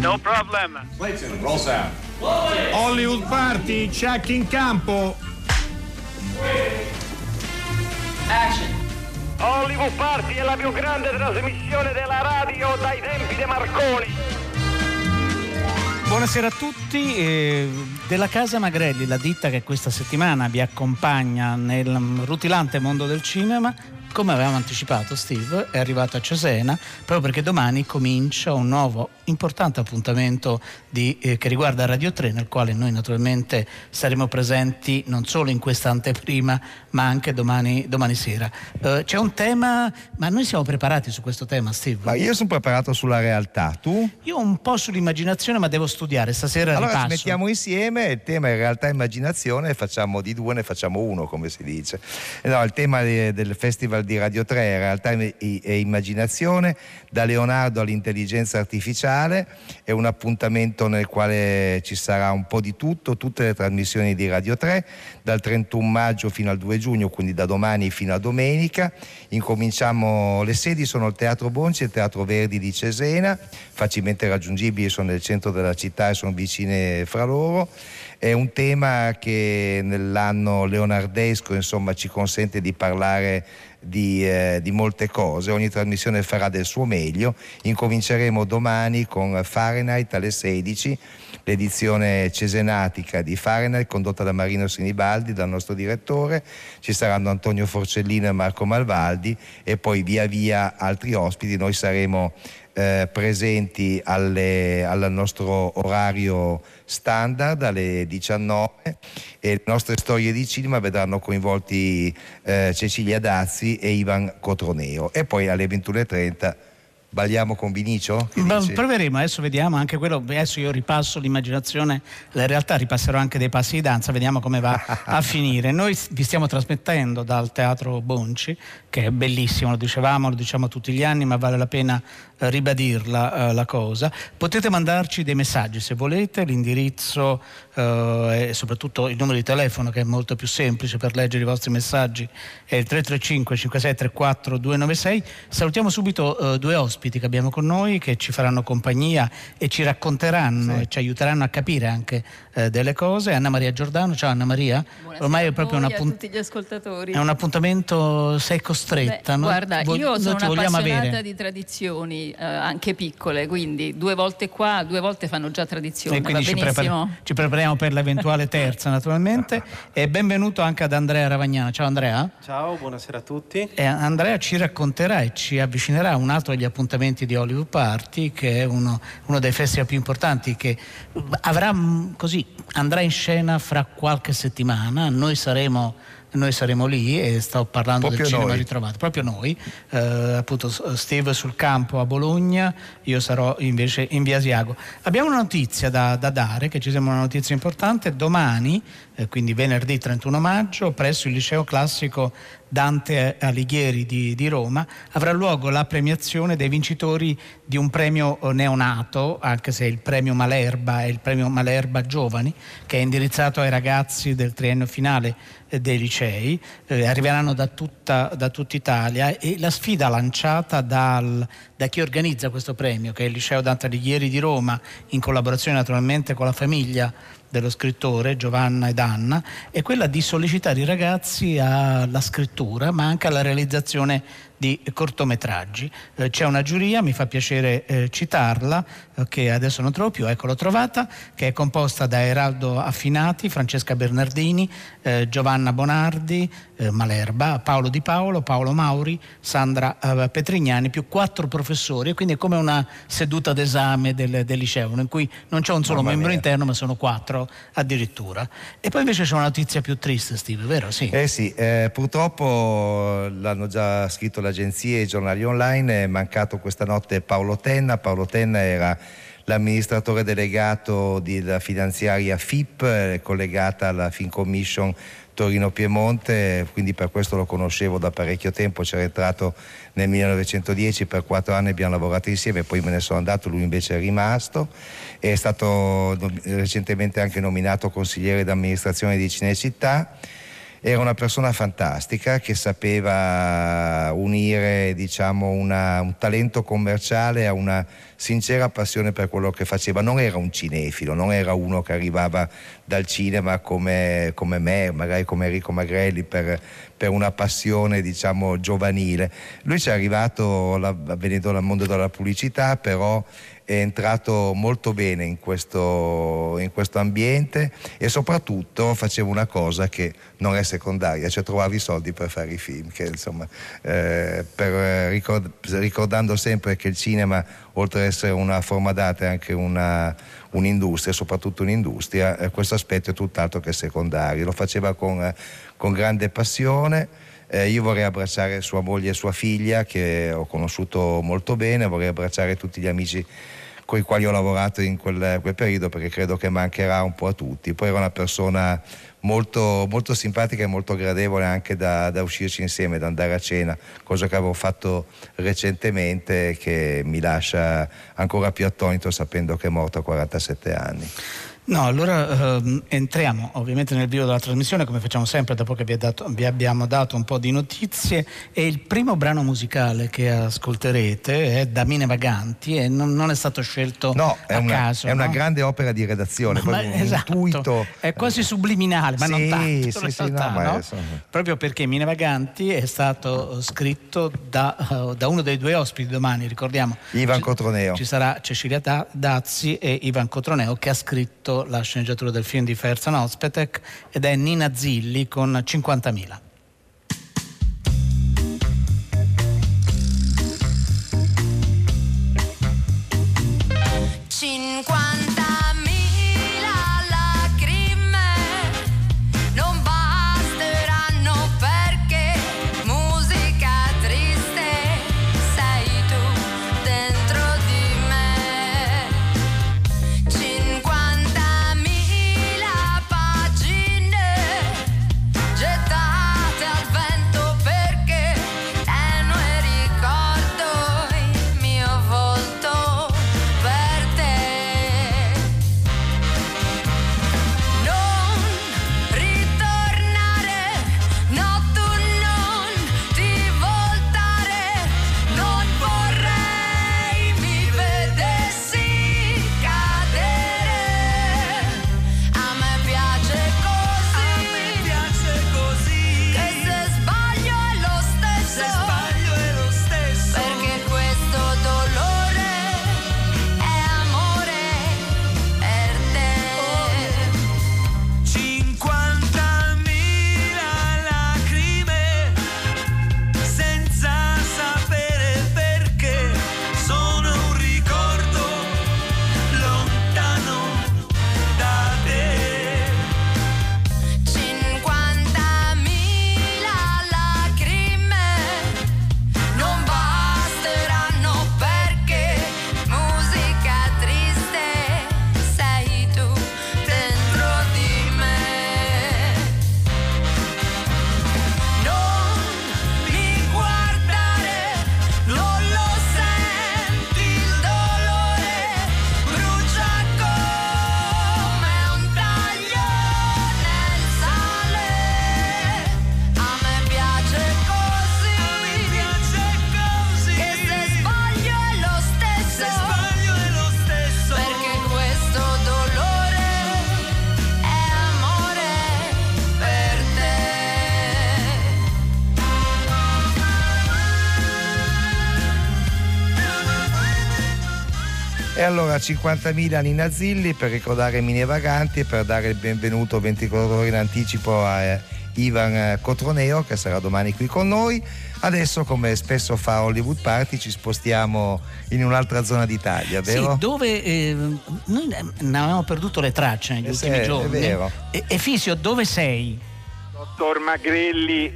No problem. Clayton, roll sound. Hollywood Party, check in campo. Action. Hollywood Party è la più grande trasmissione della radio dai tempi di Marconi. Buonasera a tutti. Della Casa Magrelli, la ditta che questa settimana vi accompagna nel rutilante mondo del cinema, come avevamo anticipato Steve, è arrivato a Cesena proprio perché domani comincia un nuovo importante appuntamento che riguarda Radio 3, nel quale noi naturalmente saremo presenti non solo in questa anteprima ma anche domani sera. C'è un tema, ma noi siamo preparati su questo tema, Steve? Ma io sono preparato sulla realtà, tu? Io un po' sull'immaginazione, ma devo studiare, stasera allora ripasso. Ci mettiamo insieme, il tema è realtà e immaginazione, facciamo di due, ne facciamo uno, come si dice. No, il tema del Festival di Radio 3 è realtà e immaginazione, da Leonardo all'intelligenza artificiale. È un appuntamento nel quale ci sarà un po' di tutto, tutte le trasmissioni di Radio 3 dal 31 maggio fino al 2 giugno, quindi da domani fino a domenica. Incominciamo, le sedi sono il Teatro Bonci e il Teatro Verdi di Cesena, facilmente raggiungibili, sono nel centro della città e sono vicine fra loro. È un tema che nell'anno leonardesco, insomma, ci consente di parlare di molte cose. Ogni trasmissione farà del suo meglio. Incominceremo domani con Fahrenheit alle 16, l'edizione cesenatica di Fahrenheit condotta da Marino Sinibaldi, dal nostro direttore. Ci saranno Antonio Forcellino e Marco Malvaldi e poi via via altri ospiti. Noi saremo presenti al nostro orario standard alle 19 e le nostre storie di cinema vedranno coinvolti Cecilia Dazzi e Ivan Cotroneo, e poi alle 21:30 balliamo con Vinicio? Proveremo, adesso vediamo anche quello. Adesso io ripasso l'immaginazione, la realtà, ripasserò anche dei passi di danza, vediamo come va a finire. Noi vi stiamo trasmettendo dal Teatro Bonci, che è bellissimo, lo diciamo tutti gli anni, ma vale la pena ribadirla la cosa. Potete mandarci dei messaggi se volete, l'indirizzo e soprattutto il numero di telefono, che è molto più semplice per leggere i vostri messaggi, è il 335 5634 296. Salutiamo subito due ospiti che abbiamo con noi, che ci faranno compagnia e ci racconteranno e ci aiuteranno a capire anche delle cose. Anna Maria Giordano, ciao Anna Maria. Buonasera. Ormai è proprio a tutti gli ascoltatori. È un appuntamento, sei costretta. Guarda, io sono un'appassionata avere di tradizioni, anche piccole, quindi 2 volte qua, 2 volte fanno già tradizione. E quindi va benissimo. ci prepariamo per l'eventuale terza, naturalmente. E benvenuto anche ad Andrea Ravagnana. Ciao Andrea. Ciao, buonasera a tutti. E Andrea ci racconterà e ci avvicinerà a un altro degli appuntamenti di Hollywood Party, che è uno dei festival più importanti, che andrà in scena fra qualche settimana. Noi saremo lì, e sto parlando proprio del cinema noi. ritrovato, proprio noi, appunto Steve sul campo a Bologna, io sarò invece in via Asiago. Abbiamo una notizia da dare, che ci sembra una notizia importante. Domani, quindi venerdì 31 maggio, presso il liceo classico Dante Alighieri di Roma, avrà luogo la premiazione dei vincitori di un premio neonato, anche se il premio Malerba è il premio Malerba Giovani, che è indirizzato ai ragazzi del triennio finale dei licei. Arriveranno da tutta Italia, e la sfida lanciata da chi organizza questo premio, che è il liceo Dante Alighieri di Roma, in collaborazione naturalmente con la famiglia dello scrittore Giovanna ed Anna, è quella di sollecitare i ragazzi alla scrittura, ma anche alla realizzazione di cortometraggi. C'è una giuria, mi fa piacere citarla, che adesso non trovo più, ecco l'ho trovata, che è composta da Eraldo Affinati, Francesca Bernardini, Giovanna Bonardi, Malerba, Paolo Di Paolo, Paolo Mauri, Sandra Petrignani, più 4 professori, e quindi è come una seduta d'esame del liceo, in cui non c'è un solo membro interno, ma sono 4 addirittura. E poi invece c'è una notizia più triste, Steve, vero? Sì. Sì, purtroppo l'hanno già scritto l'agenzia e i giornali online, è mancato questa notte Paolo Tenna. Paolo Tenna era l'amministratore delegato della finanziaria FIP, collegata alla Film Commission Torino Piemonte, quindi per questo lo conoscevo da parecchio tempo. C'era entrato nel 1910, per 4 anni abbiamo lavorato insieme, poi me ne sono andato, lui invece è rimasto. È stato recentemente anche nominato consigliere d'amministrazione di Cinecittà. Era una persona fantastica che sapeva unire, diciamo, un talento commerciale a una sincera passione per quello che faceva. Non era un cinefilo, non era uno che arrivava dal cinema come me, magari come Enrico Magrelli, per una passione, diciamo, giovanile. Lui ci è arrivato venendo dal mondo della pubblicità, però è entrato molto bene in questo ambiente, e soprattutto faceva una cosa che non è secondaria, cioè trovava i soldi per fare i film, che insomma ricordando sempre che il cinema, oltre ad essere una forma d'arte, è anche un'industria, soprattutto un'industria, questo aspetto è tutt'altro che secondario. Lo faceva con grande passione. Io vorrei abbracciare sua moglie e sua figlia, che ho conosciuto molto bene, vorrei abbracciare tutti gli amici con i quali ho lavorato in quel periodo, perché credo che mancherà un po' a tutti. Poi era una persona molto, molto simpatica e molto gradevole anche da uscirci insieme, da andare a cena, cosa che avevo fatto recentemente, che mi lascia ancora più attonito sapendo che è morto a 47 anni. No, allora entriamo ovviamente nel vivo della trasmissione, come facciamo sempre dopo che vi abbiamo dato un po' di notizie, e il primo brano musicale che ascolterete è Da Mine Vaganti, e non è stato scelto a caso. È una grande opera di redazione, esatto, intuito. È quasi subliminale, ma non tanto in realtà, no? Proprio perché Mine Vaganti è stato scritto da uno dei due ospiti domani, ricordiamo. Ivan Cotroneo. Ci sarà Cecilia Dazzi e Ivan Cotroneo, che ha scritto la sceneggiatura del film di Ferzan Özpetek, ed è Nina Zilli con 50.000. E allora 50.000 Nina Zilli per ricordare Mine Vaganti e per dare il benvenuto 24 ore in anticipo a Ivan Cotroneo, che sarà domani qui con noi. Adesso, come spesso fa Hollywood Party, ci spostiamo in un'altra zona d'Italia, vero? Sì, dove noi ne avevamo perduto le tracce negli ultimi giorni. È vero. E Fisio, dove sei? Dottor Magrelli,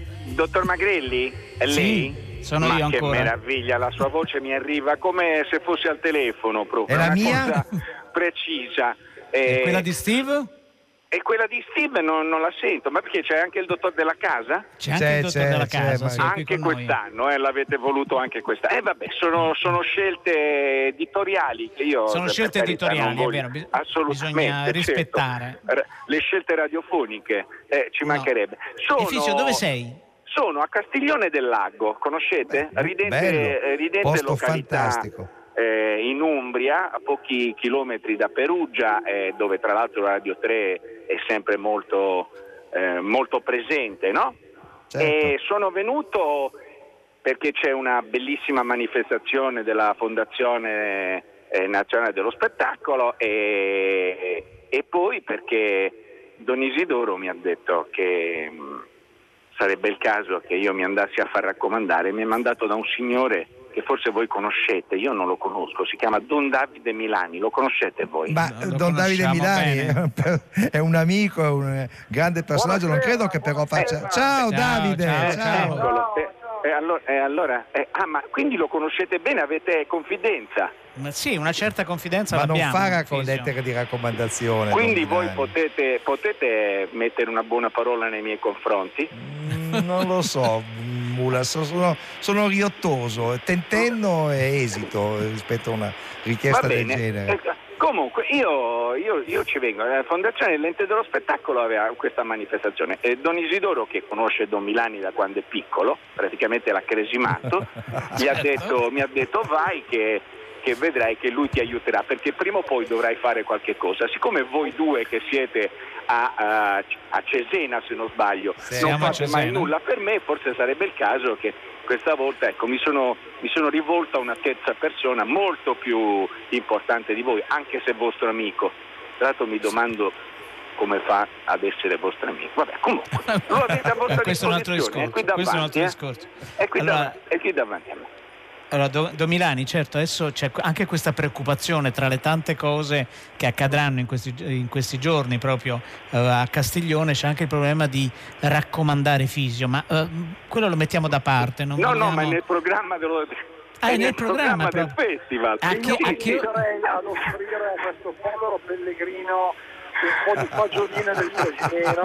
è lei? Sì. Sono io ancora. Che meraviglia, la sua voce mi arriva come se fosse al telefono proprio. È la una mia? cosa precisa. E quella di Steve? E quella di Steve non la sento, ma perché c'è anche il dottor Della Casa? C'è anche il dottor Della Casa, sì, anche quest'anno, l'avete voluto anche quest'anno. Vabbè, sono scelte editoriali che io... Sono scelte editoriali, è vero, bisogna rispettare. Certo, le scelte radiofoniche, ci mancherebbe. Efisio, dove sei? Sono a Castiglione del Lago, conoscete? Ridente posto località. Fantastico. In Umbria, a pochi chilometri da Perugia, dove tra l'altro Radio 3 è sempre molto presente, no? Certo. E sono venuto perché c'è una bellissima manifestazione della Fondazione Nazionale dello Spettacolo e poi perché Don Isidoro mi ha detto che sarebbe il caso che io mi andassi a far raccomandare. Mi è mandato da un signore che forse voi conoscete, io non lo conosco, si chiama Don Davide Milani, lo conoscete voi? Ma Don Davide Milani è un amico, è un grande personaggio. Buonasera, non credo che però faccia... Ciao Davide! Ciao. Ma quindi lo conoscete bene, avete confidenza? Ma sì, una certa confidenza ma l'abbiamo. Ma non farà con lettere di raccomandazione. Quindi voi potete mettere una buona parola nei miei confronti? Non lo so, Mula, sono riottoso, tentenno e esito rispetto a una richiesta del genere. Comunque io ci vengo. La Fondazione dell'Ente dello Spettacolo aveva questa manifestazione e Don Isidoro, che conosce Don Milani da quando è piccolo, praticamente l'ha cresimato, mi ha detto vai che vedrai che lui ti aiuterà, perché prima o poi dovrai fare qualche cosa. Siccome voi due che siete a Cesena, se non sbaglio, non fate mai nulla per me, forse sarebbe il caso che questa volta mi sono rivolto a una terza persona molto più importante di voi, anche se vostro amico. Tra l'altro mi domando come fa ad essere vostro amico. Vabbè, comunque lo avete a vostra disposizione, è qui davanti, è qui davanti a me. Allora, Don Milani, certo, adesso c'è anche questa preoccupazione tra le tante cose che accadranno in questi giorni proprio a Castiglione. C'è anche il problema di raccomandare Fisio, ma quello lo mettiamo da parte. No, ma è nel programma nel programma del festival. Inviterei ad offrire a questo povero pellegrino un po' di fagiolina del Casimeno.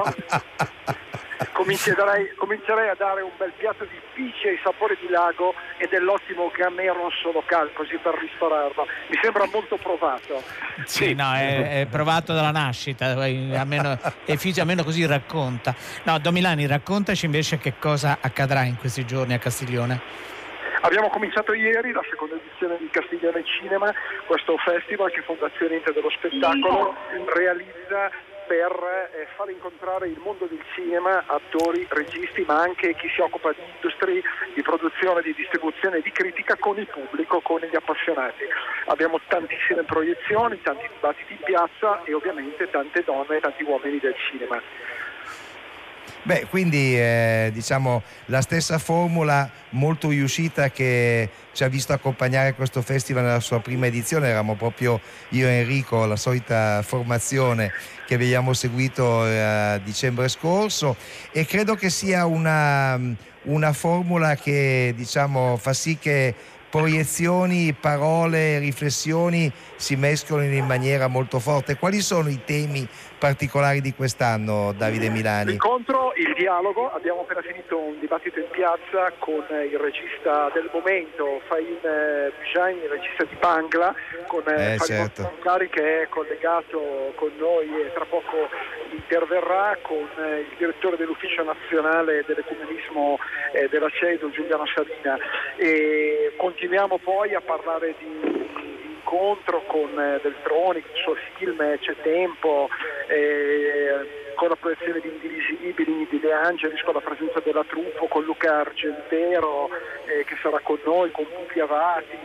Comincerei a dare un bel piatto di fice ai sapori di lago e dell'ottimo gamero local, così per ristorarlo. Mi sembra molto provato. Sì, no, è provato dalla nascita, almeno così racconta. No, Don Milani, raccontaci invece che cosa accadrà in questi giorni a Castiglione. Abbiamo cominciato ieri la seconda edizione di Castiglione Cinema, questo festival che Fondazione Ente dello Spettacolo realizza per far incontrare il mondo del cinema, attori, registi, ma anche chi si occupa di industrie, di produzione, di distribuzione e di critica con il pubblico, con gli appassionati. Abbiamo tantissime proiezioni, tanti dibattiti in piazza e ovviamente tante donne e tanti uomini del cinema. Beh, quindi diciamo la stessa formula molto riuscita che ci ha visto accompagnare questo festival nella sua prima edizione. Eravamo proprio io e Enrico, la solita formazione che abbiamo seguito a dicembre scorso, e credo che sia una formula che diciamo fa sì che proiezioni, parole, riflessioni si mescolino in maniera molto forte. Quali sono i temi particolari di quest'anno, Davide Milani? L'incontro, il dialogo. Abbiamo appena finito un dibattito in piazza con il regista del momento, Fahim Bujani, il regista di Bangla, con certo. Cari, che è collegato con noi e tra poco interverrà, con il direttore dell'Ufficio Nazionale dell'Ecumenismo della CEDU, Giuliano Savina, e continuiamo poi a parlare di incontro con Veltroni, con il suo film C'è tempo, con la proiezione di Indivisibili di De Angelis, con la presenza della Truffaut, con Luca Argentero che sarà con noi, con Pupi Avati,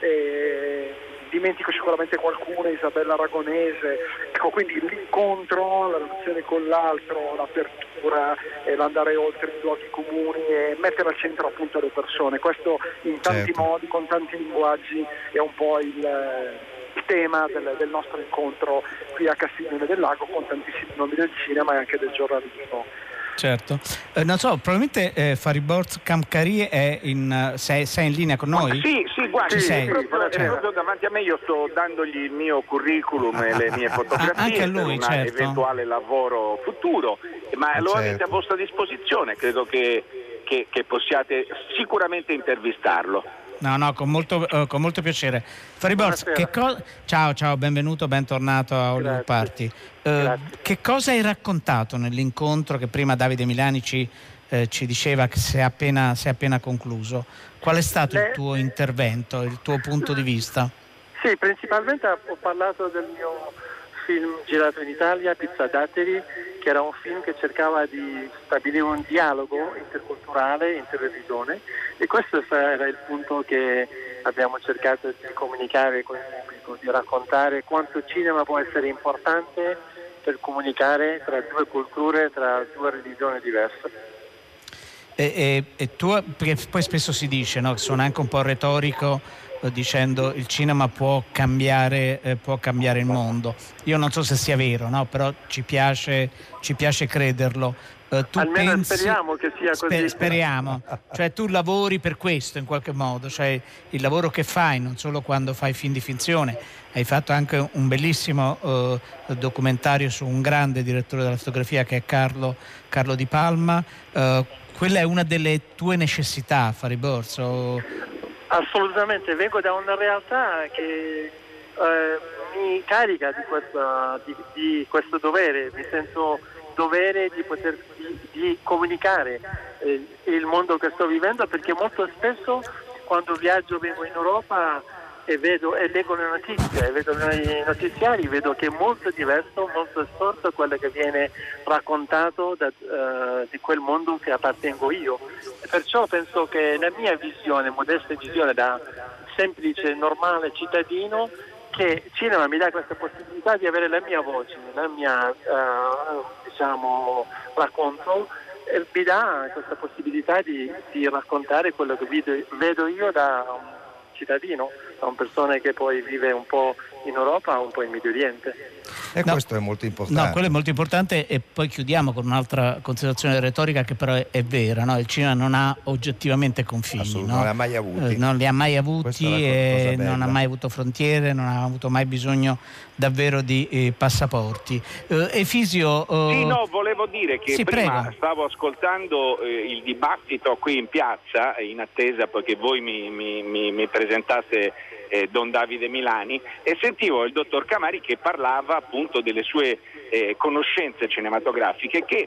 dimentico sicuramente qualcuno, Isabella Aragonese. Ecco, quindi l'incontro, la relazione con l'altro, l'apertura, l'andare oltre i luoghi comuni e mettere al centro appunto le persone. Questo in tanti modi, con tanti linguaggi, è un po' il tema del nostro incontro qui a Castiglione del Lago, con tantissimi nomi del cinema e anche del giornalismo. Certo. Non so, probabilmente Fariborz Kamkari è sei in linea con noi? Sì, guardi, sei. Proprio davanti a me io sto dandogli il mio curriculum e le mie fotografie anche a lui, per un certo. eventuale lavoro futuro, ma lo avete a vostra disposizione, credo che possiate sicuramente intervistarlo. No, con molto piacere. Fariborz, ciao, benvenuto, bentornato a Hollywood Party. Che cosa hai raccontato nell'incontro che prima Davide Milani ci diceva che si è appena concluso? Qual è stato il tuo intervento, il tuo punto di vista? Sì, principalmente ho parlato del mio film girato in Italia, Pizzadatteri, che era un film che cercava di stabilire un dialogo interculturale, interreligione, e questo era il punto che abbiamo cercato di comunicare con il pubblico, di raccontare quanto il cinema può essere importante per comunicare tra due culture, tra due religioni diverse. E tu, perché poi spesso si dice, no, che suona anche un po' retorico, dicendo il cinema può cambiare il mondo. Io non so se sia vero, no? Però ci piace crederlo. Tu almeno speriamo che sia così. Speriamo. Cioè tu lavori per questo in qualche modo, cioè il lavoro che fai, non solo quando fai film di finzione, hai fatto anche un bellissimo documentario su un grande direttore della fotografia che è Carlo Di Palma. Quella è una delle tue necessità, Fariborz? Assolutamente, vengo da una realtà che mi carica di questo dovere, mi sento dovere di comunicare il mondo che sto vivendo, perché molto spesso quando viaggio vengo in Europa e vedo e leggo le notizie, vedo i notiziari, vedo che è molto diverso, molto storto quello che viene raccontato di quel mondo che appartengo io. Perciò penso che la mia visione, modesta visione da semplice, normale cittadino, che il cinema mi dà questa possibilità di avere la mia voce, la mia racconto, e mi dà questa possibilità di raccontare quello che vedo io da un cittadino, da una persona che poi vive un po' in Europa, un po' in Medio Oriente. E questo è molto importante. No, quello è molto importante, e poi chiudiamo con un'altra considerazione retorica che però è vera, no? Il cinema non ha oggettivamente confini, no? Non li ha mai avuti. Non li ha mai avuti e non ha mai avuto frontiere, non ha avuto mai bisogno davvero di passaporti. Efisio... Sì, no, volevo dire che prima prego. Stavo ascoltando il dibattito qui in piazza, in attesa perché voi mi presentaste Don Davide Milani, e sentivo il dottor Camari che parlava appunto delle sue conoscenze cinematografiche che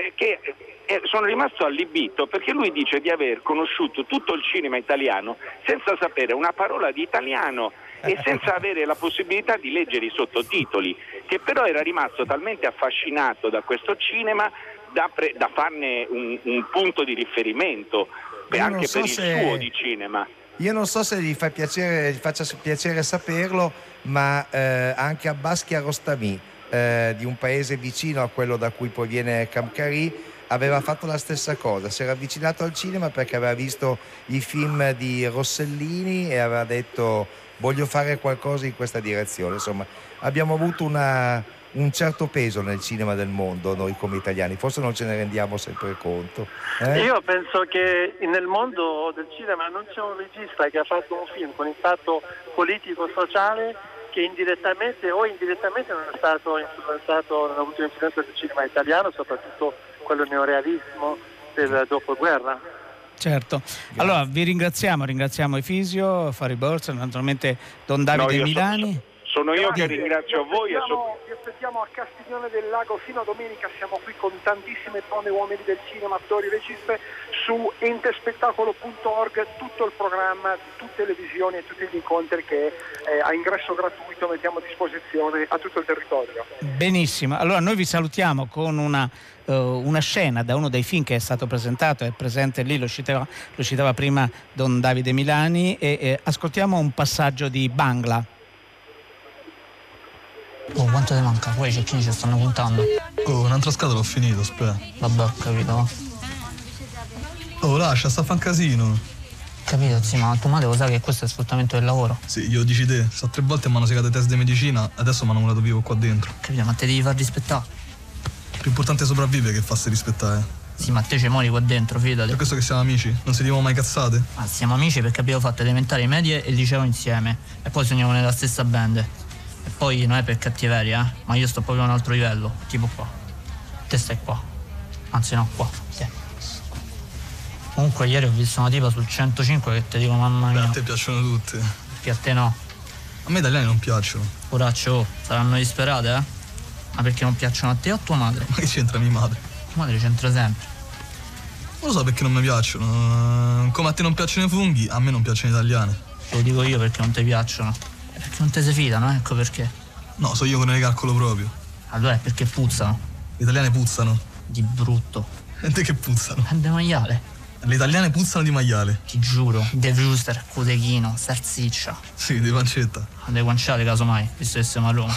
sono rimasto allibito, perché lui dice di aver conosciuto tutto il cinema italiano senza sapere una parola di italiano e senza avere la possibilità di leggere i sottotitoli, che però era rimasto talmente affascinato da questo cinema da farne un punto di riferimento anche per il suo di cinema. Io non so se gli faccia piacere saperlo, ma anche Abbas Kiarostami, di un paese vicino a quello da cui proviene Kamkari, aveva fatto la stessa cosa. Si era avvicinato al cinema perché aveva visto i film di Rossellini e aveva detto: voglio fare qualcosa in questa direzione. Insomma, abbiamo avuto un certo peso nel cinema del mondo noi come italiani, forse non ce ne rendiamo sempre conto. Io penso che nel mondo del cinema non c'è un regista che ha fatto un film con impatto politico-sociale che indirettamente o indirettamente non è stato influenzato, non ha avuto influenza del cinema italiano, soprattutto quello neorealismo del dopoguerra. Certo. Allora vi ringraziamo Efisio, Fariborz, naturalmente Don Davide Milani. Sono io che ringrazio voi. Vi aspettiamo a Castiglione del Lago fino a domenica. Siamo qui con tantissime donne e uomini del cinema, attori, registe, su entespettacolo.org, tutto il programma, tutte le visioni e tutti gli incontri che a ingresso gratuito mettiamo a disposizione a tutto il territorio. Benissimo, allora noi vi salutiamo con una scena da uno dei film che è stato presentato, è presente lì, lo citava prima Don Davide Milani, e ascoltiamo un passaggio di Bangla. Oh, quanto ti manca? Poi i cecchini ci stanno puntando. Oh, un'altra scatola l'ho finito, aspetta. Vabbè, ho capito. Oh, lascia, sta a fa un casino. Capito, sì, ma tua madre lo sa che questo è sfruttamento del lavoro. Sì, glielo dici te. 3 volte mi hanno segato i test di medicina, adesso mi hanno murato vivo qua dentro. Capito, ma te devi far rispettare. Più importante è sopravvivere che farsi rispettare. Sì, ma te ci mori qua dentro, fidati. Per questo che siamo amici? Non sentiamo mai cazzate? Ma siamo amici perché abbiamo fatto elementari, medie e liceo insieme. E poi suoniamo nella stessa band. E poi non è per cattiveria, ma io sto proprio a un altro livello. Tipo qua. Te stai qua. Anzi no, qua. Te. Comunque ieri ho visto una tipa sul 105 che ti dico mamma mia. Beh, a te piacciono tutte. Perché a te no. A me italiani non piacciono. Poraccio, saranno disperate, eh? Ma perché non piacciono a te o a tua madre? Ma che c'entra mia madre? Tua madre c'entra sempre. Non lo so perché non mi piacciono. Come a te non piacciono i funghi, a me non piacciono gli italiani. Te lo dico io perché non ti piacciono. Perché non te si fidano, ecco perché. No, so io che ne calcolo proprio. Allora è perché puzzano. Le italiane puzzano. Di brutto. E te che puzzano? È di maiale. Le italiane puzzano di maiale. Ti giuro. De Brewster, cotechino, salsiccia. Sì, di pancetta. De guanciale casomai, visto che siamo a Roma.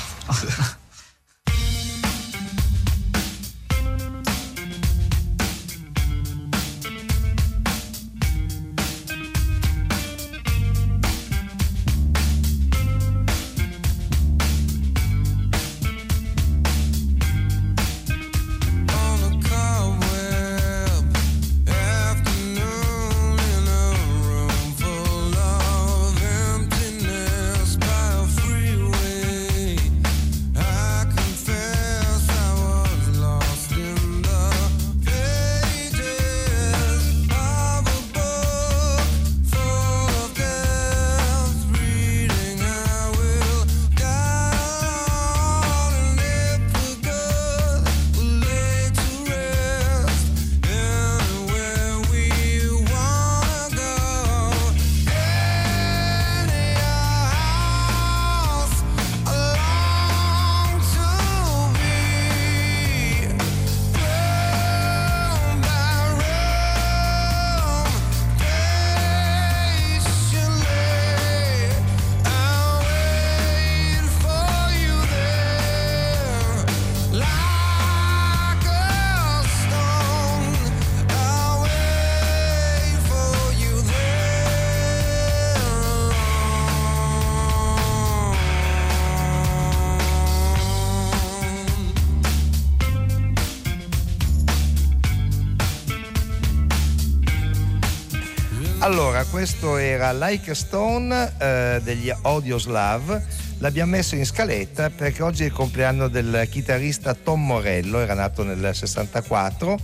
Allora, questo era Like a Stone degli Audioslave. L'abbiamo messo in scaletta perché oggi è il compleanno del chitarrista Tom Morello, era nato nel 64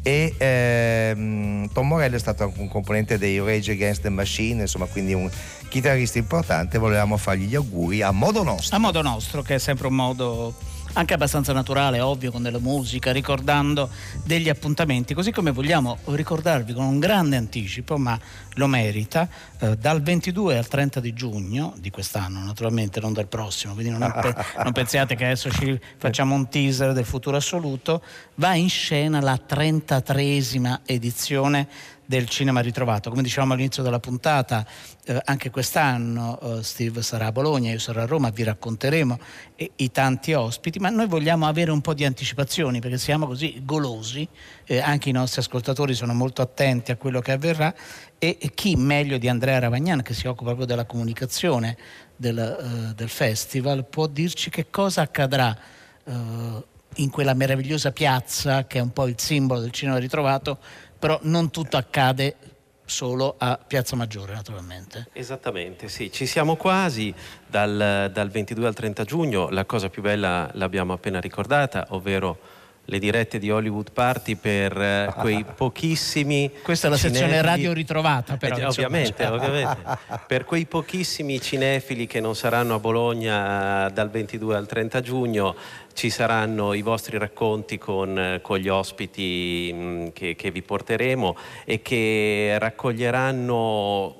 e Tom Morello è stato anche un componente dei Rage Against the Machine, insomma, quindi un chitarrista importante. Volevamo fargli gli auguri a modo nostro. A modo nostro, che è sempre un modo anche abbastanza naturale, ovvio, con della musica, ricordando degli appuntamenti, così come vogliamo ricordarvi con un grande anticipo, ma lo merita, dal 22 al 30 di giugno di quest'anno, naturalmente non del prossimo, quindi non pensiate che adesso ci facciamo un teaser del futuro assoluto. Va in scena la 33esima edizione del Cinema Ritrovato. Come dicevamo all'inizio della puntata, anche quest'anno Steve sarà a Bologna, io sarò a Roma, vi racconteremo i tanti ospiti, ma noi vogliamo avere un po' di anticipazioni perché siamo così golosi, anche i nostri ascoltatori sono molto attenti a quello che avverrà e chi meglio di Andrea Ravagnan, che si occupa proprio della comunicazione del festival, può dirci che cosa accadrà in quella meravigliosa piazza che è un po' il simbolo del Cinema Ritrovato. Però non tutto accade solo a Piazza Maggiore, naturalmente. Esattamente, sì, ci siamo quasi dal 22 al 30 giugno. La cosa più bella l'abbiamo appena ricordata, ovvero le dirette di Hollywood Party per quei pochissimi questa è la sezione radio ritrovata, però ovviamente per quei pochissimi cinefili che non saranno a Bologna dal 22 al 30 giugno ci saranno i vostri racconti con gli ospiti che vi porteremo e che raccoglieranno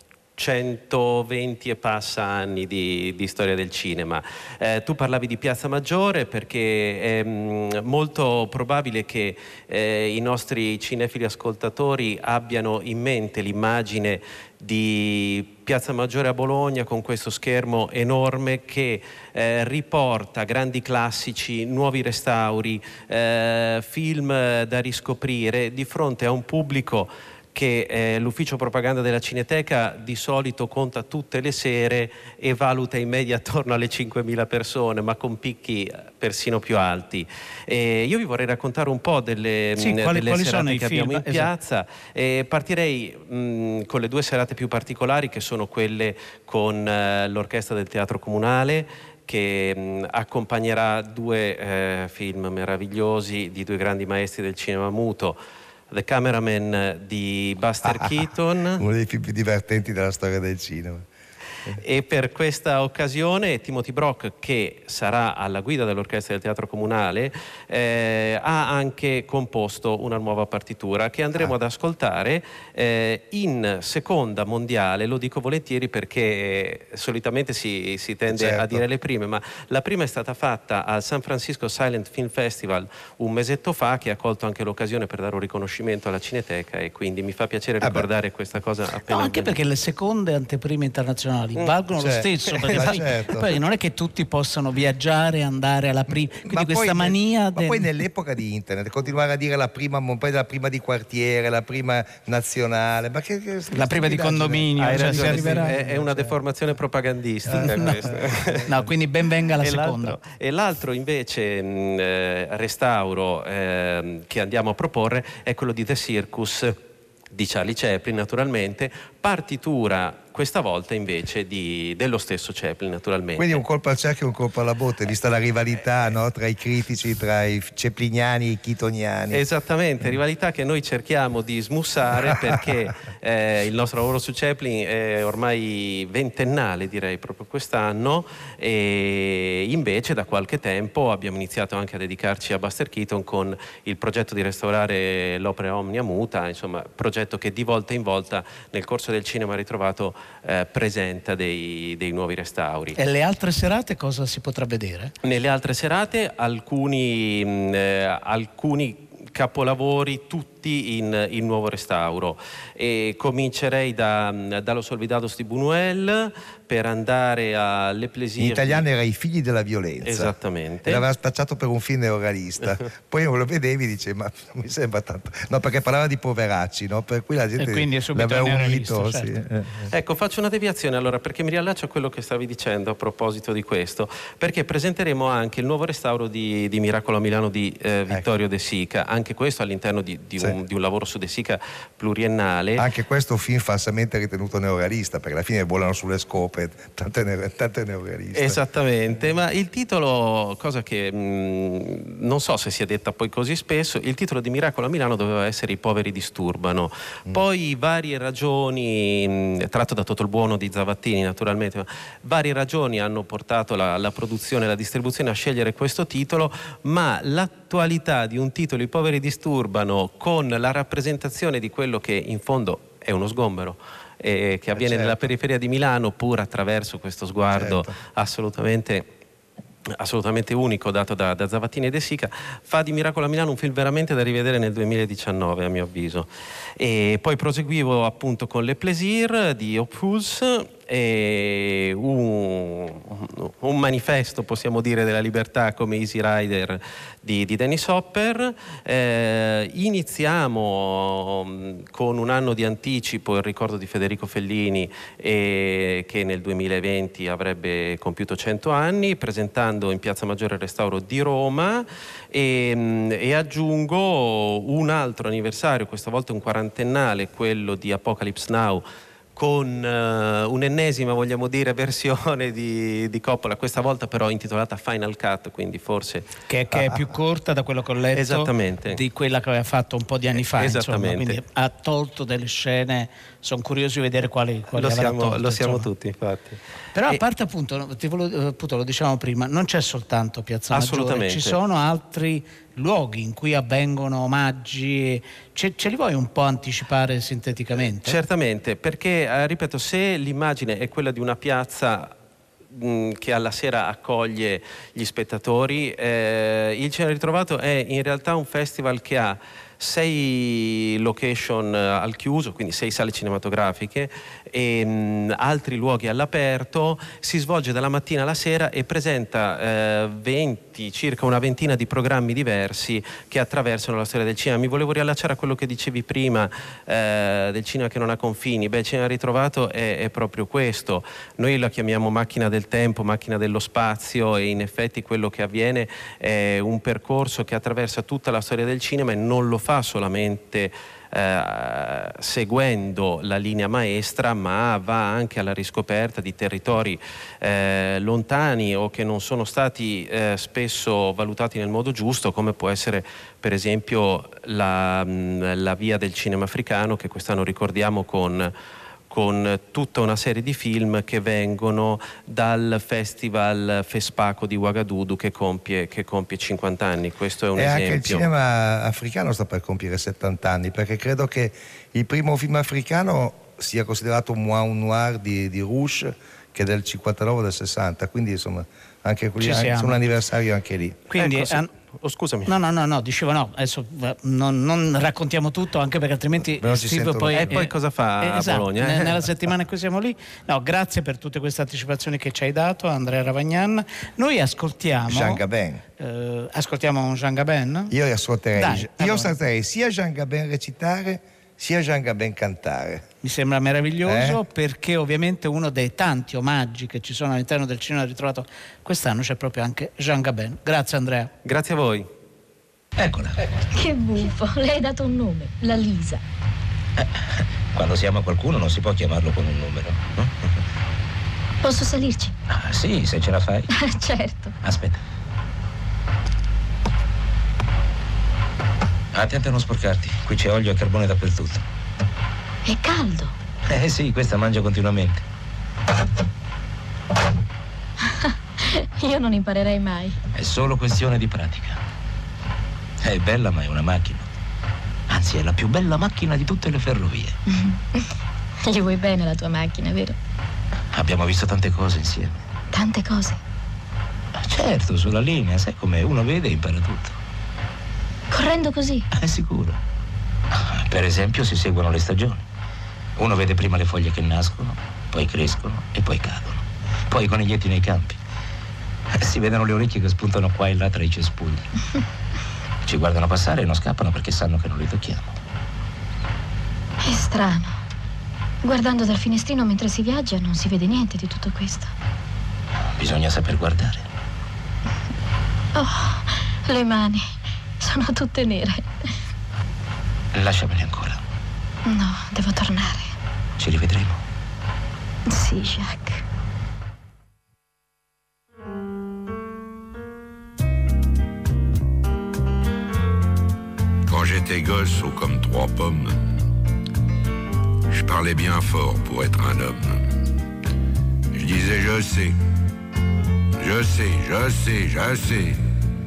120 e passa anni di storia del cinema. Tu parlavi di Piazza Maggiore perché è molto probabile che i nostri cinefili ascoltatori abbiano in mente l'immagine di Piazza Maggiore a Bologna con questo schermo enorme che riporta grandi classici, nuovi restauri, film da riscoprire di fronte a un pubblico che l'ufficio propaganda della Cineteca di solito conta tutte le sere e valuta in media attorno alle 5.000 persone, ma con picchi persino più alti. Io vi vorrei raccontare un po' delle serate che abbiamo in piazza. Partirei con le 2 serate più particolari, che sono quelle con l'Orchestra del Teatro Comunale, che accompagnerà 2 film meravigliosi di 2 grandi maestri del cinema muto, The Cameraman di Buster Keaton, uno dei film più divertenti della storia del cinema. E per questa occasione Timothy Brock, che sarà alla guida dell'Orchestra del Teatro Comunale, ha anche composto una nuova partitura che andremo ad ascoltare in seconda mondiale. Lo dico volentieri perché solitamente si tende a dire le prime, ma la prima è stata fatta al San Francisco Silent Film Festival un mesetto fa, che ha colto anche l'occasione per dare un riconoscimento alla Cineteca, e quindi mi fa piacere ricordare questa cosa appena. No, anche perché le seconde anteprime internazionali valgono lo stesso, perché poi non è che tutti possano viaggiare e andare alla prima, quindi ma questa poi, mania ma poi nell'epoca di internet continuare a dire la prima, poi la prima di quartiere, la prima nazionale, ma la prima di condominio, si arriverà. È una deformazione propagandistica no, quindi ben venga la seconda. E l'altro invece restauro che andiamo a proporre è quello di The Circus di Charlie Chaplin, naturalmente, partitura questa volta invece dello stesso Chaplin, naturalmente. Quindi un colpo al cerchio e un colpo alla botte, vista la rivalità, no? Tra i critici, tra i chapliniani e i keatoniani. Esattamente, rivalità che noi cerchiamo di smussare perché il nostro lavoro su Chaplin è ormai ventennale, direi, proprio quest'anno, e invece da qualche tempo abbiamo iniziato anche a dedicarci a Buster Keaton con il progetto di restaurare l'opera Omnia Muta, insomma, progetto che di volta in volta nel corso del cinema ha ritrovato presenta dei nuovi restauri. E le altre serate cosa si potrà vedere? Nelle altre serate alcuni capolavori, tutti in nuovo restauro, e comincerei dallo Soldados di Buñuel per andare alle Plaisir. In italiano era I figli della violenza. Esattamente. E l'aveva spacciato per un film neorealista. Poi lo vedevi e dice, ma non mi sembra tanto. No, perché parlava di poveracci, no? Per cui la gente l'aveva unito. Certo. Ecco, faccio una deviazione allora, perché mi riallaccio a quello che stavi dicendo a proposito di questo, perché presenteremo anche il nuovo restauro di Miracolo a Milano di Vittorio De Sica, anche questo all'interno di un lavoro su De Sica pluriennale. Anche questo film falsamente ritenuto neorealista, perché alla fine volano sulle scope, tanto è neorealista. Esattamente, ma il titolo, cosa che non so se sia detta poi così spesso, il titolo di Miracolo a Milano doveva essere I poveri disturbano. Poi varie ragioni, tratto da Totò il Buono di Zavattini naturalmente, ma varie ragioni hanno portato la produzione e la distribuzione a scegliere questo titolo, ma l'attualità di un titolo I poveri disturbano con la rappresentazione di quello che in fondo è uno sgombero che avviene nella periferia di Milano, pur attraverso questo sguardo assolutamente unico dato da Zavattini e De Sica, fa di Miracolo a Milano un film veramente da rivedere nel 2019 a mio avviso. E poi proseguivo appunto con Le Plaisir di Opus, e un manifesto, possiamo dire, della libertà come Easy Rider di Dennis Hopper. Iniziamo con un anno di anticipo il ricordo di Federico Fellini, che nel 2020 avrebbe compiuto 100 anni, presentando in Piazza Maggiore il Restauro di Roma, e aggiungo un altro anniversario, questa volta un quarantennale, quello di Apocalypse Now, con un'ennesima, vogliamo dire, versione di Coppola, questa volta però intitolata Final Cut, quindi forse che è più corta, da quello che ho letto, esattamente, di quella che aveva fatto un po' di anni fa, esattamente. Insomma, quindi ha tolto delle scene, sono curioso di vedere quali lo siamo tutti, infatti. Però a parte appunto, lo dicevamo prima, non c'è soltanto Piazza Maggiore, ci sono altri luoghi in cui avvengono omaggi. Ce li vuoi un po' anticipare sinteticamente? Certamente, perché ripeto, se l'immagine è quella di una piazza che alla sera accoglie gli spettatori, il Cinema Ritrovato è in realtà un festival che ha 6 location al chiuso, quindi 6 sale cinematografiche e altri luoghi all'aperto. Si svolge dalla mattina alla sera e presenta circa una ventina di programmi diversi che attraversano la storia del cinema. Mi volevo riallacciare a quello che dicevi prima del cinema che non ha confini. Il cinema ritrovato è proprio questo. Noi la chiamiamo macchina del tempo, macchina dello spazio, e in effetti quello che avviene è un percorso che attraversa tutta la storia del cinema e non lo fa solamente seguendo la linea maestra, ma va anche alla riscoperta di territori lontani o che non sono stati spesso valutati nel modo giusto, come può essere per esempio la via del cinema africano, che quest'anno ricordiamo con tutta una serie di film che vengono dal Festival FESPACO di Ouagadougou che compie 50 anni. Questo è un esempio. Anche il cinema africano sta per compiere 70 anni, perché credo che il primo film africano sia considerato un noir di Rouge, che è del 59 o del 60, quindi insomma anche quelli sono un anniversario anche lì. Quindi scusami. No, dicevo no, adesso non raccontiamo tutto, anche perché altrimenti Steve poi cosa fa a Bologna? Nella settimana in cui siamo lì. No, grazie per tutte queste anticipazioni che ci hai dato, Andrea Ravagnan. Noi ascoltiamo Jean Gabin. Ascoltiamo Jean Gabin? Io ascolterei sia Jean Gabin recitare sia Jean Gabin cantare. Mi sembra meraviglioso, perché ovviamente uno dei tanti omaggi che ci sono all'interno del cinema ritrovato quest'anno c'è proprio anche Jean Gabin. Grazie Andrea. Grazie a voi. Eccola. Che buffo, le hai dato un nome, la Lisa. Quando si ama qualcuno non si può chiamarlo con un numero, no? Posso salirci? Ah, sì, se ce la fai. Certo. Aspetta. Attenta a non sporcarti, qui c'è olio e carbone dappertutto. È caldo. Sì, questa mangia continuamente. Io non imparerei mai. È solo questione di pratica. È bella, ma è una macchina. Anzi, è la più bella macchina di tutte le ferrovie. Gli vuoi bene la tua macchina, vero? Abbiamo visto tante cose insieme. Tante cose? Certo, sulla linea, sai come uno vede e impara tutto. Correndo così? È sicuro. Per esempio si seguono le stagioni. Uno vede prima le foglie che nascono, poi crescono e poi cadono. Poi i coniglietti nei campi. Si vedono le orecchie che spuntano qua e là tra i cespugli. Ci guardano passare e non scappano perché sanno che non li tocchiamo. È strano. Guardando dal finestrino mentre si viaggia non si vede niente di tutto questo. Bisogna saper guardare. Oh, le mani sono tutte nere. Lasciamele ancora. No, devo tornare. Ci rivedremo. Sì, Jacques. Quand j'étais gosse, haut comme 3 pommes, je parlais bien fort pour être un homme. Je disais je sais, je sais, je sais, je sais.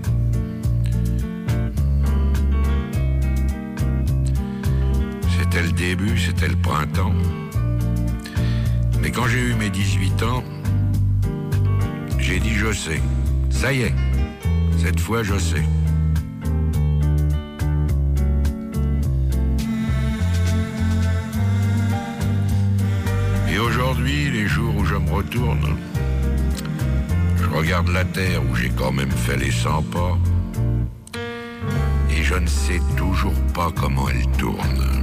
C'était le début, c'était le printemps. Mais quand j'ai eu mes 18 ans, j'ai dit je sais. Ça y est, cette fois je sais. Et aujourd'hui, les jours où je me retourne, je regarde la terre où j'ai quand même fait les 100 pas, et je ne sais toujours pas comment elle tourne.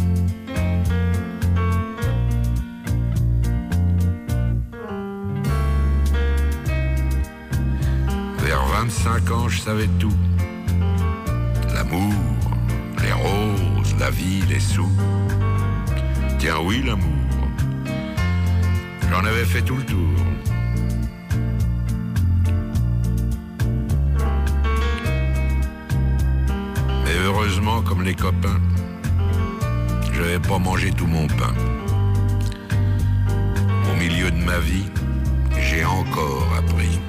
Vers 25 ans, je savais tout. L'amour, les roses, la vie, les sous. Tiens, oui, l'amour. J'en avais fait tout le tour. Mais heureusement, comme les copains, je n'avais pas mangé tout mon pain. Au milieu de ma vie, j'ai encore appris.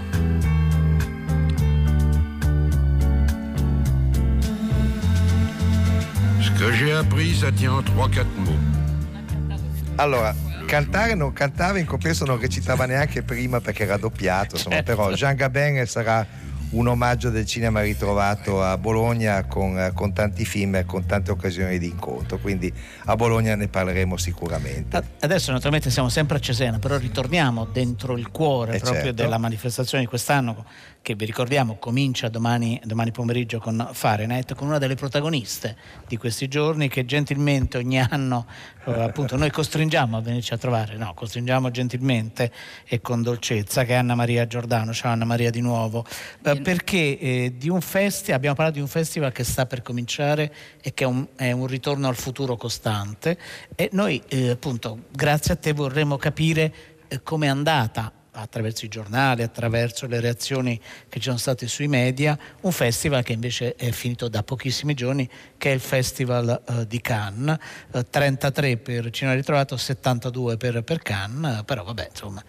Ce que j'ai appris, ça tient en 3-4 mots. Allora, cantare non cantava, in compenso non recitava neanche prima perché era doppiato, insomma, però Jean Gabin sarà un omaggio del cinema ritrovato a Bologna con tanti film e con tante occasioni di incontro, quindi a Bologna ne parleremo sicuramente. Adesso naturalmente siamo sempre a Cesena, però ritorniamo dentro il cuore proprio certo. della manifestazione di quest'anno, che vi ricordiamo comincia domani pomeriggio con Fahrenheit, con una delle protagoniste di questi giorni che gentilmente ogni anno appunto noi costringiamo a venirci a trovare, costringiamo gentilmente e con dolcezza, che è Anna Maria Giordano. Ciao Anna Maria di nuovo, perché di un abbiamo parlato di un festival che sta per cominciare e che è un ritorno al futuro costante, e noi appunto grazie a te vorremmo capire come è andata, attraverso i giornali, attraverso le reazioni che ci sono state sui media, un festival che invece è finito da pochissimi giorni, che è il Festival di Cannes, 33 per Cinema Ritrovato, 72 per Cannes, però vabbè, insomma,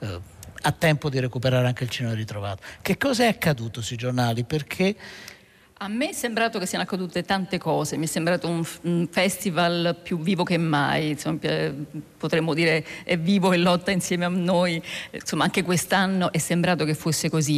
a tempo di recuperare anche il Cinema Ritrovato. Che cosa è accaduto sui giornali? Perché a me è sembrato che siano accadute tante cose, mi è sembrato un festival più vivo che mai, insomma, potremmo dire è vivo e lotta insieme a noi, insomma anche quest'anno è sembrato che fosse così.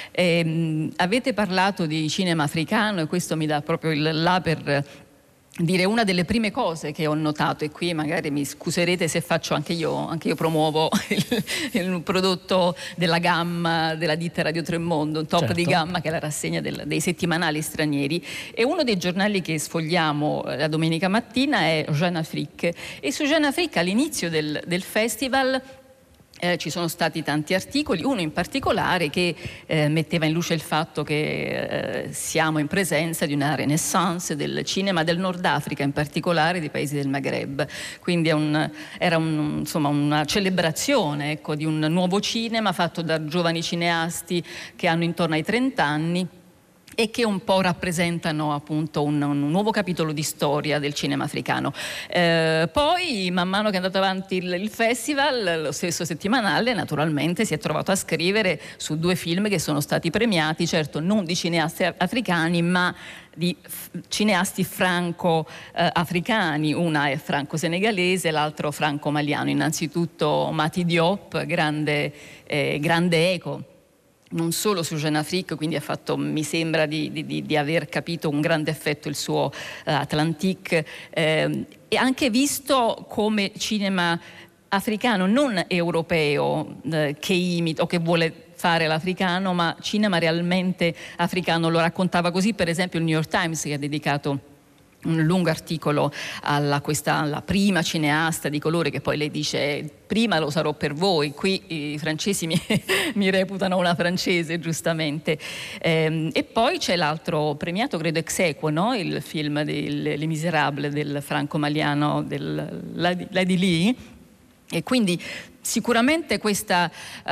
Avete parlato di cinema africano e questo mi dà proprio il là per dire una delle prime cose che ho notato, e qui magari mi scuserete se faccio anche io promuovo il prodotto della gamma della ditta Radio Tremondo, un top certo. di gamma, che è la rassegna dei settimanali stranieri, e uno dei giornali che sfogliamo la domenica mattina è Jeune Afrique, e su Jeune Afrique all'inizio del festival ci sono stati tanti articoli, uno in particolare che metteva in luce il fatto che siamo in presenza di una renaissance del cinema del Nord Africa, in particolare dei paesi del Maghreb, quindi era una celebrazione, ecco, di un nuovo cinema fatto da giovani cineasti che hanno intorno ai 30 anni e che un po' rappresentano appunto un nuovo capitolo di storia del cinema africano. Poi, man mano che è andato avanti il festival, lo stesso settimanale naturalmente si è trovato a scrivere su 2 film che sono stati premiati, certo non di cineasti africani, ma di cineasti franco-africani, una è franco-senegalese, l'altro franco-maliano. Innanzitutto Mati Diop, grande eco, non solo su Jeune Afrique, quindi ha fatto, mi sembra di aver capito un grande effetto il suo Atlantique, e anche visto come cinema africano, non europeo, che imita o che vuole fare l'africano, ma cinema realmente africano. Lo raccontava così per esempio il New York Times, che ha dedicato un lungo articolo alla prima cineasta di colore, che poi lei dice prima lo sarò per voi, qui i francesi mi reputano una francese, giustamente. E poi c'è l'altro premiato, credo ex aequo, no? Il film Les Miserables del franco-maliano Lady Lee, e quindi sicuramente questo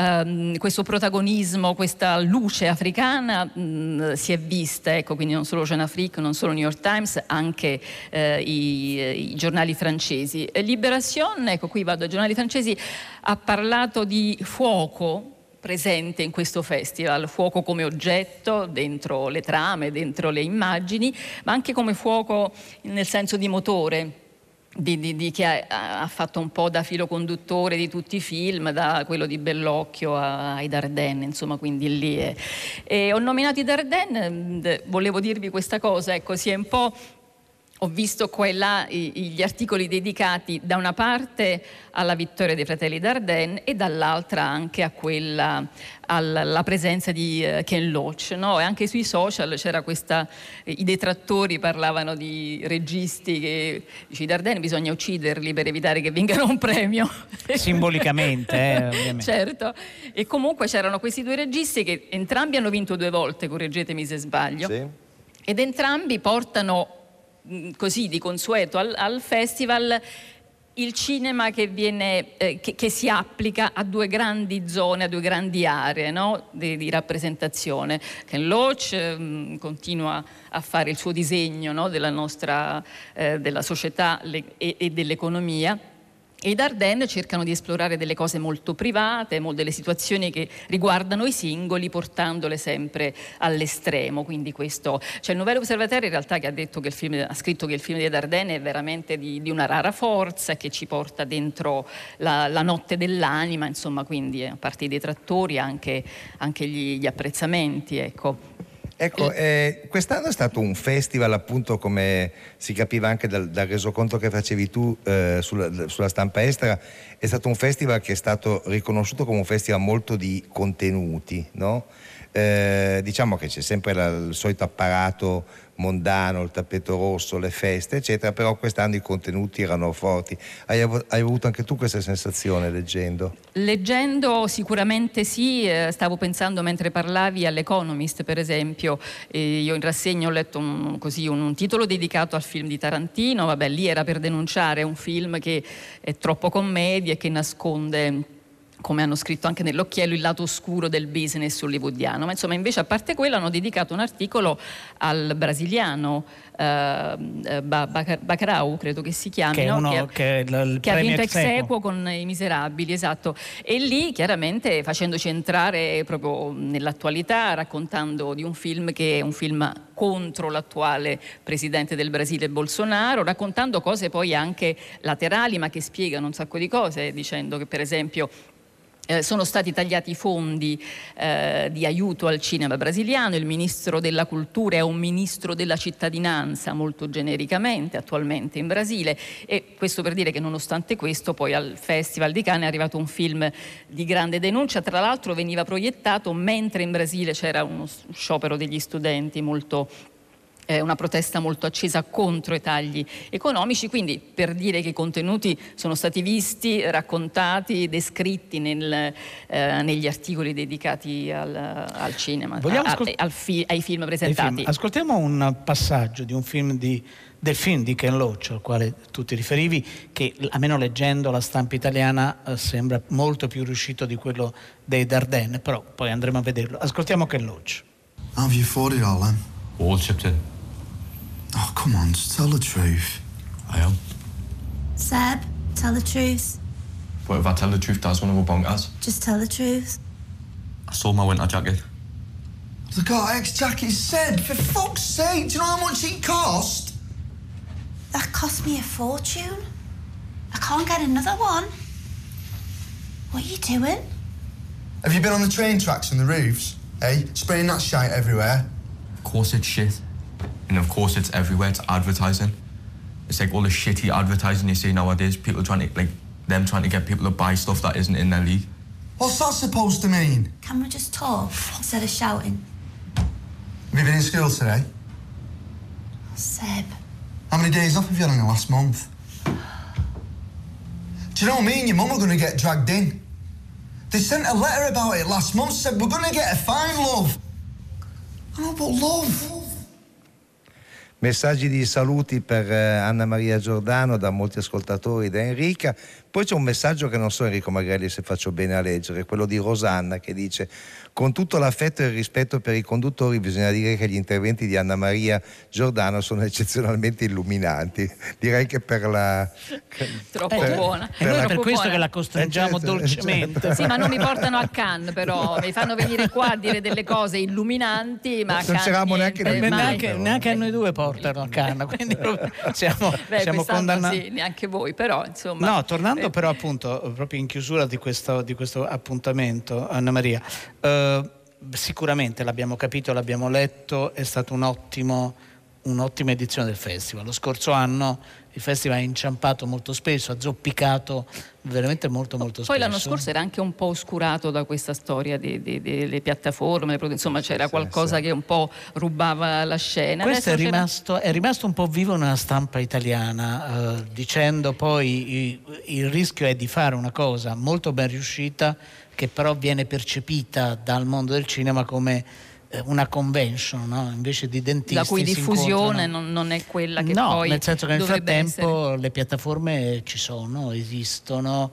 protagonismo, questa luce africana si è vista, ecco, quindi non solo Jeune Afrique, non solo New York Times, anche i giornali francesi. Libération, ecco, qui vado ai giornali francesi, ha parlato di fuoco presente in questo festival, fuoco come oggetto dentro le trame, dentro le immagini, ma anche come fuoco nel senso di motore, che ha fatto un po' da filo conduttore di tutti i film, da quello di Bellocchio ai Dardenne, insomma, quindi lì è. E ho nominato i Dardenne, volevo dirvi questa cosa, ecco, si è un po'. Ho visto qua e là gli articoli dedicati da una parte alla vittoria dei fratelli Dardenne e dall'altra anche alla presenza di Ken Loach, no? E anche sui social c'era i detrattori parlavano di registi che dice i Dardenne bisogna ucciderli per evitare che vingano un premio. Simbolicamente, ovviamente. Certo. E comunque c'erano questi 2 registi che entrambi hanno vinto 2 volte, correggetemi se sbaglio, sì. Ed entrambi portano così di consueto al festival il cinema che si applica a 2 grandi zone, a 2 grandi aree, no? di rappresentazione. Ken Loach continua a fare il suo disegno, no? della nostra della società e dell'economia. E i Dardenne cercano di esplorare delle cose molto private, delle situazioni che riguardano i singoli, portandole sempre all'estremo. Quindi questo, c'è il Nouvel Observateur in realtà che ha scritto che il film dei Dardenne è veramente di una rara forza, che ci porta dentro la notte dell'anima, insomma, quindi a parte i detrattori anche gli apprezzamenti, ecco. Ecco, quest'anno è stato un festival, appunto, come si capiva anche dal resoconto che facevi tu sulla stampa estera, è stato un festival che è stato riconosciuto come un festival molto di contenuti, no? Diciamo che c'è sempre il solito apparato mondano, il tappeto rosso, le feste, eccetera, però quest'anno i contenuti erano forti. Hai avuto anche tu questa sensazione leggendo? Leggendo sicuramente sì, stavo pensando mentre parlavi all'Economist, per esempio, io in rassegna ho letto un titolo dedicato al film di Tarantino. Vabbè, lì era per denunciare un film che è troppo commedia e che nasconde, come hanno scritto anche nell'occhiello, il lato oscuro del business hollywoodiano. Ma insomma, invece, a parte quello, hanno dedicato un articolo al brasiliano Bacurau, credo che si chiami, che, no? che ha vinto ex aequo con I Miserabili, esatto. E lì chiaramente facendoci entrare proprio nell'attualità, raccontando di un film che è un film contro l'attuale presidente del Brasile Bolsonaro, raccontando cose poi anche laterali, ma che spiegano un sacco di cose, dicendo che per esempio sono stati tagliati i fondi di aiuto al cinema brasiliano, il ministro della cultura è un ministro della cittadinanza, molto genericamente attualmente in Brasile, e questo per dire che nonostante questo poi al Festival di Cannes è arrivato un film di grande denuncia. Tra l'altro veniva proiettato mentre in Brasile c'era uno sciopero degli studenti molto una protesta molto accesa contro i tagli economici, quindi per dire che i contenuti sono stati visti, raccontati, descritti negli articoli dedicati al cinema, ai film presentati. Ascoltiamo un passaggio di un film del film di Ken Loach, al quale tu ti riferivi, che almeno leggendo la stampa italiana sembra molto più riuscito di quello dei Dardenne, però poi andremo a vederlo. Ascoltiamo Ken Loach. How have you fought it all, then? All chipped in. Oh, come on, just tell the truth. I am. Seb, tell the truth. What if I tell the truth, Dad's one of our bonkers? Just tell the truth. I sold my winter jacket. The Gore-Tex jacket, Seb, for fuck's sake, do you know how much it cost? That cost me a fortune. I can't get another one. What are you doing? Have you been on the train tracks and the roofs? Eh? Spraying that shite everywhere? Of course it's shit. And of course it's everywhere, it's advertising. It's like all the shitty advertising you see nowadays, people trying to get people to buy stuff that isn't in their league. What's that supposed to mean? Can we just talk instead of shouting? Have you been in school today? Seb. How many days off have you had in the last month? Do you know me and your mum are going to get dragged in? They sent a letter about it last month, said we're going to get a fine, love. I know, but love. Messaggi di saluti per Anna Maria Giordano da molti ascoltatori, da Enrica. Poi c'è un messaggio che non so, Enrico Magrelli, se faccio bene a leggere, quello di Rosanna, che dice: con tutto l'affetto e il rispetto per i conduttori, bisogna dire che gli interventi di Anna Maria Giordano sono eccezionalmente illuminanti. Direi che per la... Troppo buona. E noi per questo che la costringiamo dolcemente. Certo. Sì, ma non mi portano a Cannes, però mi fanno venire qua a dire delle cose illuminanti, ma non c'eravamo neanche a noi due portano a Cannes, quindi siamo condannati. Sì, neanche voi, però insomma. No, tornando però appunto proprio in chiusura di questo appuntamento, Anna Maria, sicuramente l'abbiamo capito, l'abbiamo letto, è stata un'ottima edizione del festival. Lo scorso anno il festival ha inciampato molto spesso, ha zoppicato veramente molto spesso. Poi l'anno scorso era anche un po' oscurato da questa storia delle piattaforme, insomma c'era qualcosa che un po' rubava la scena. Questo è rimasto un po' vivo nella stampa italiana, dicendo poi il rischio è di fare una cosa molto ben riuscita che però viene percepita dal mondo del cinema come una convention, no? Invece di dentisti, la cui diffusione non è quella che poi nel senso che nel frattempo essere. Le piattaforme ci sono, esistono,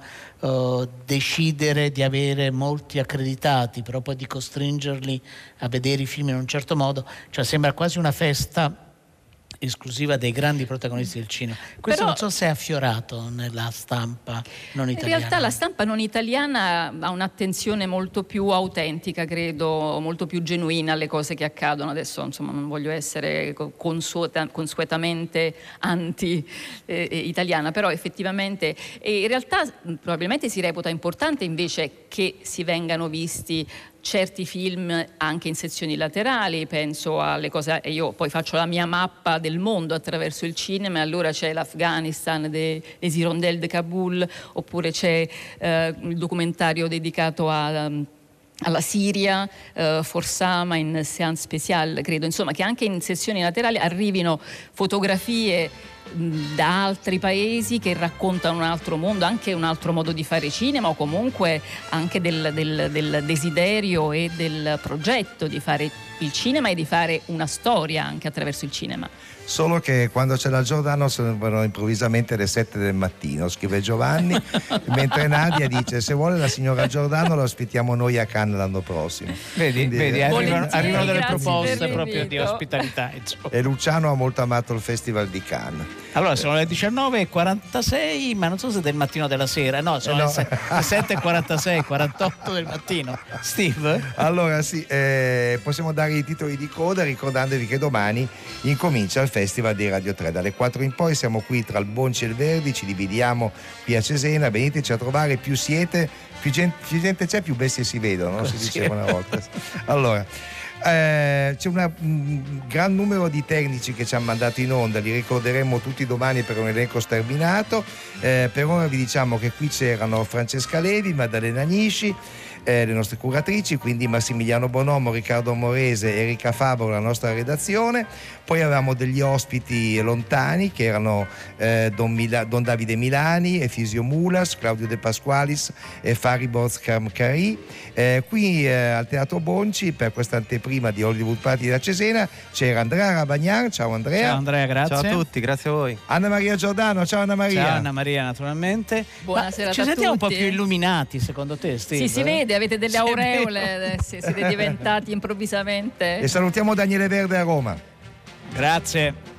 decidere di avere molti accreditati però poi di costringerli a vedere i film in un certo modo, cioè sembra quasi una festa esclusiva dei grandi protagonisti del cinema. Questo non so se è affiorato nella stampa non italiana. In realtà la stampa non italiana ha un'attenzione molto più autentica, credo, molto più genuina alle cose che accadono. Adesso insomma non voglio essere consuetamente anti-italiana, però effettivamente in realtà probabilmente si reputa importante invece che si vengano visti certi film anche in sezioni laterali. Penso alle cose, io poi faccio la mia mappa del mondo attraverso il cinema, e allora c'è l'Afghanistan les Hirondelles de Kabul, oppure c'è il documentario dedicato alla Siria, Forsama in séance spéciale, credo, insomma, che anche in sezioni laterali arrivino fotografie da altri paesi che raccontano un altro mondo, anche un altro modo di fare cinema, o comunque anche del desiderio e del progetto di fare il cinema e di fare una storia anche attraverso il cinema. Solo che quando c'è la Giordano sembrano improvvisamente le 7 del mattino, scrive Giovanni, mentre Nadia dice: se vuole la signora Giordano lo ospitiamo noi a Cannes l'anno prossimo. Vedi, arrivano delle proposte proprio di ospitalità. E Luciano ha molto amato il Festival di Cannes. Allora sono le 19:46, ma non so se è del mattino o della sera, no, sono le 7:46, 48 del mattino. Steve? Allora sì, possiamo dare i titoli di coda ricordandovi che domani incomincia il Festival di Radio 3. Dalle 4 in poi siamo qui tra il Bonci e il Verdi, ci dividiamo qui a Cesena, veniteci a trovare, più siete, più gente c'è, più bestie si vedono, no? Si diceva una volta. Allora, c'è un gran numero di tecnici che ci hanno mandato in onda, li ricorderemo tutti domani per un elenco sterminato. Per ora vi diciamo che qui c'erano Francesca Levi, Maddalena Nisci, le nostre curatrici, quindi Massimiliano Bonomo, Riccardo Morese, Erika Fabro, la nostra redazione. Poi avevamo degli ospiti lontani che erano Don Davide Milani, Efisio Mulas, Claudio De Pasqualis e Fariborz Kramkari. Qui al Teatro Bonci, per questa anteprima di Hollywood Party da Cesena, c'era Andrea Rabagnan. Ciao Andrea. Ciao Andrea, grazie. Ciao a tutti, grazie a voi. Anna Maria Giordano. Ciao Anna Maria. Ciao Anna Maria, naturalmente. Buonasera a tutti. Ci sentiamo un po' più illuminati, secondo te, Steve? Sì, si vede, avete delle aureole, siete diventati improvvisamente. E salutiamo Daniele Verde a Roma. Grazie.